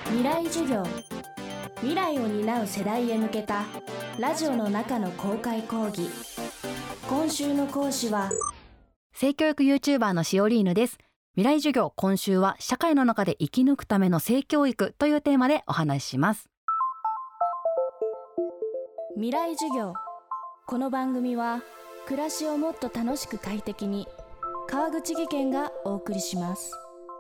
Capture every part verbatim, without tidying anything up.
未来授業、未来を担う世代へ向けたラジオの中の公開講義。今週の講師は性教育 YouTuber のしおりーぬです。未来授業、今週は社会の中で生き抜くための性教育というテーマでお話しします。 未来授業。この番組は暮らしをもっと楽しく快適に、川口義賢がお送りします。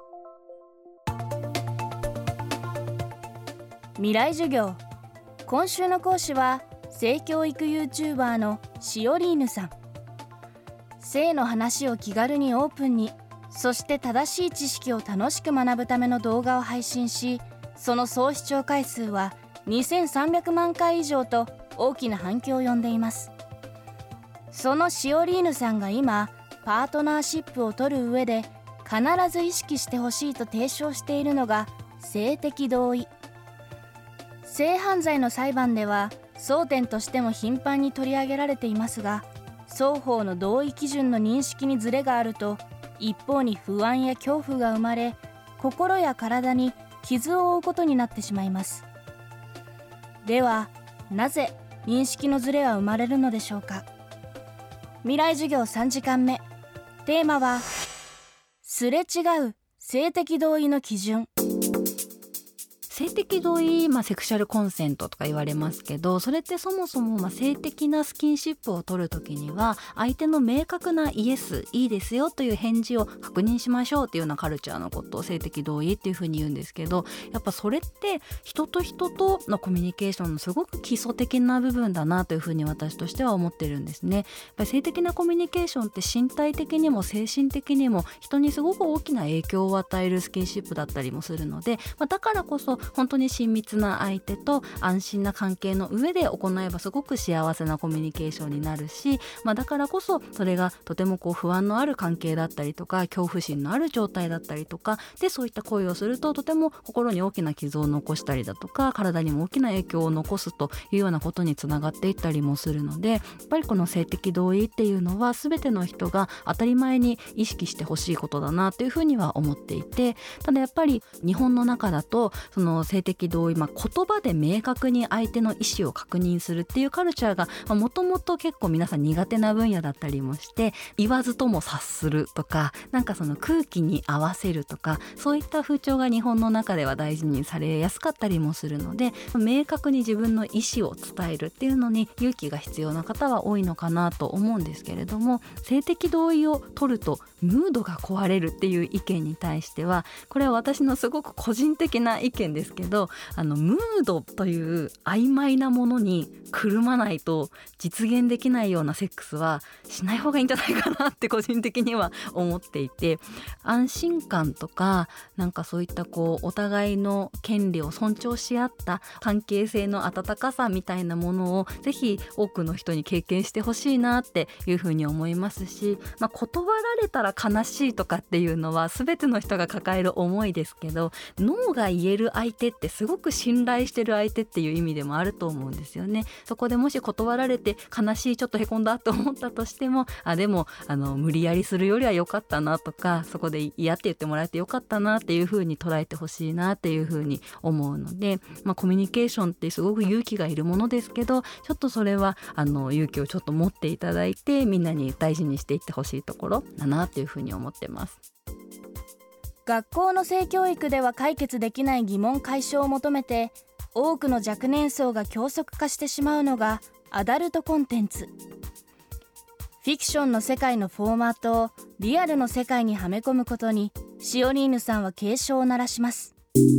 未来授業、今週の講師は性教育 YouTuber のしおりーぬさん。性の話を気軽にオープンに、そして正しい知識を楽しく学ぶための動画を配信し、その総視聴回数はにせんさんびゃくまんかい以上と大きな反響を呼んでいます。そのしおりーぬさんが今パートナーシップを取る上で必ず意識してほしいと提唱しているのが性的同意。性犯罪の裁判では争点としても頻繁に取り上げられていますが、双方の同意基準の認識にズレがあると、一方に不安や恐怖が生まれ、心や体に傷を負うことになってしまいます。では、なぜ認識のズレは生まれるのでしょうか。未来授業さんじかんめ、テーマはすれ違う性的同意の基準。 性的同意、まあ、セクシャルコンセントとか言われますけど、それってそもそもまあ性的なスキンシップを取るときには相手の明確なイエス、いいですよという返事を確認しましょうっていうようなカルチャーのことを性的同意っていうふうに言うんですけど、やっぱそれって人と人とのコミュニケーションのすごく基礎的な部分だなというふうに私としては思ってるんですね。やっぱり性的なコミュニケーションって身体的にも精神的にも人にすごく大きな影響を与えるスキンシップだったりもするので、まあ、だからこそ本当に親密な相手と安心な関係の上で行えばすごく幸せなコミュニケーションになるし、まあ、だからこそそれがとてもこう不安のある関係だったりとか恐怖心のある状態だったりとかで、そういった行為をするととても心に大きな傷を残したりだとか体にも大きな影響を残すというようなことにつながっていったりもするので、やっぱりこの性的同意っていうのは全ての人が当たり前に意識してほしいことだなというふうには思っていて、ただやっぱり日本の中だとその性的同意、まあ、言葉で明確に相手の意思を確認するっていうカルチャーがもともと結構皆さん苦手な分野だったりもして、言わずとも察するとか、なんかその空気に合わせるとか、そういった風潮が日本の中では大事にされやすかったりもするので、明確に自分の意思を伝えるっていうのに勇気が必要な方は多いのかなと思うんですけれども、性的同意を取るとムードが壊れるっていう意見に対しては、これは私のすごく個人的な意見ですけど、あのムードという曖昧なものにくるまないと実現できないようなセックスはしない方がいいんじゃないかなって個人的には思っていて、安心感とかなんかそういったこうお互いの権利を尊重し合った関係性の温かさみたいなものをぜひ多くの人に経験してほしいなっていうふうに思いますし、まあ、断られたら悲しいとかっていうのは全ての人が抱える思いですけど、ノーが言える相手ってすごく信頼してる相手っていう意味でもあると思うんですよね。そこでもし断られて悲しい、ちょっとへこんだと思ったとしても、あでもあの無理やりするよりは良かったなとか、そこで嫌って言ってもらえて良かったなっていう風に捉えてほしいなっていう風に思うので、まあ、コミュニケーションってすごく勇気がいるものですけど、ちょっとそれはあの勇気をちょっと持っていただいてみんなに大事にしていってほしいところだなっていう風に思ってます。 学校の性教育では解決できない疑問解消を求めて、多くの若年層が教則化してしまうのがアダルトコンテンツ。フィクションの世界のフォーマットをリアルの世界にはめ込むことに、しおりーぬさんは警鐘を鳴らします。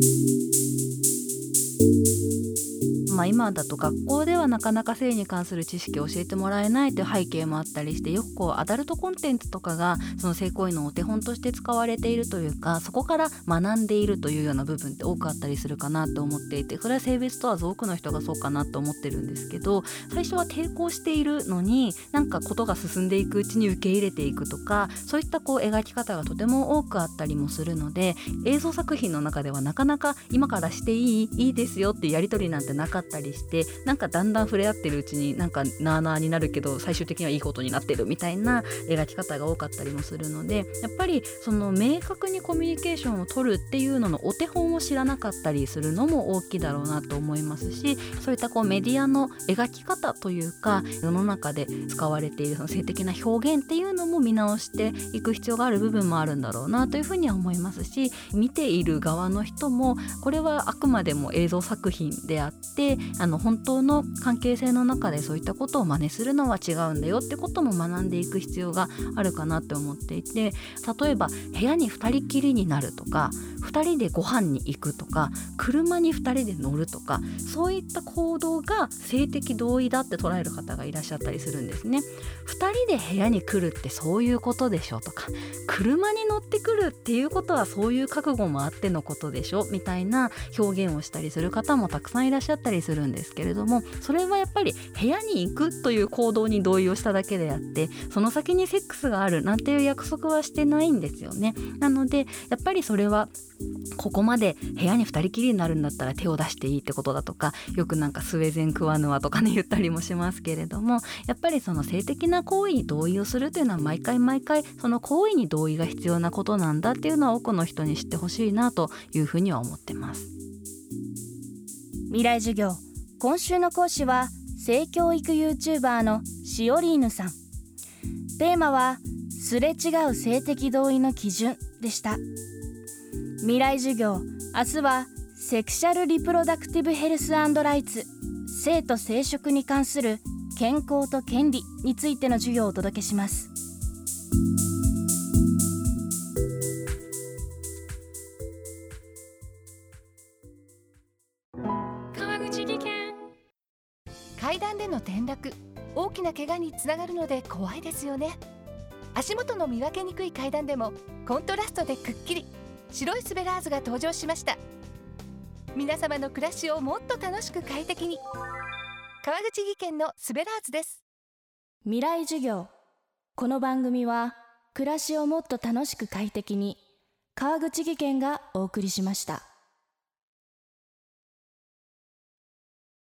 まあ、今だと学校ではなかなか性に関する知識を教えてもらえないという背景もあったりして、よくこうアダルトコンテンツとかがその性行為のお手本として使われているというか、そこから学んでいるというような部分って多くあったりするかなと思っていて、それは性別問わず多くの人がそうかなと思ってるんですけど、最初は抵抗しているのになんかことが進んでいくうちに受け入れていくとか、そういったこう描き方がとても多くあったりもするので、映像作品の中ではなかなか今からしていいいいですよっていうやり取りなんてなかっったりして、なんかだんだん触れ合ってるうちになんかなあなあになるけど最終的にはいいことになってるみたいな描き方が多かったりもするので、やっぱりその明確にコミュニケーションを取るっていうののお手本を知らなかったりするのも大きいだろうなと思いますし、そういったこうメディアの描き方というか世の中で使われているその性的な表現っていうのも見直していく必要がある部分もあるんだろうなというふうには思いますし、見ている側の人もこれはあくまでも映像作品であって、あの本当の関係性の中でそういったことを真似するのは違うんだよってことも学んでいく必要があるかなって思っていて、例えば部屋にふたりきりになるとか、ふたりでご飯に行くとか、車にふたりで乗るとか、そういった行動が性的同意だって捉える方がいらっしゃったりするんですね。ふたりで部屋に来るってそういうことでしょとか、車に乗ってくるっていうことはそういう覚悟もあってのことでしょみたいな表現をしたりする方もたくさんいらっしゃったりするんですけれども、それはやっぱり部屋に行くという行動に同意をしただけであって、その先にセックスがあるなんていう約束はしてないんですよね。なのでやっぱりそれはここまで部屋にふたりきりになるんだったら手を出していいってことだとか、よくなんかスウェーデンクワヌアとかね言ったりもしますけれども、やっぱりその性的な行為に同意をするというのは毎回毎回その行為に同意が必要なことなんだっていうのは多くの人に知ってほしいなというふうには思ってます。 未来授業、今週の講師は性教育 YouTuber のしおりーぬさん。テーマはすれ違う性的同意の基準でした。未来授業、明日はセクシャルリプロダクティブヘルス&ライツ、性と生殖に関する健康と権利についての授業をお届けします。 川口技研。階段での転落、大きな怪我につながるので怖いですよね。足元の見分けにくい階段でもコントラストでくっきり白いスベラーズが登場しました。皆様の暮らしをもっと楽しく快適に、川口技研のスベラーズです。 未来授業、この番組は暮らしをもっと楽しく快適に、川口技研がお送りしました。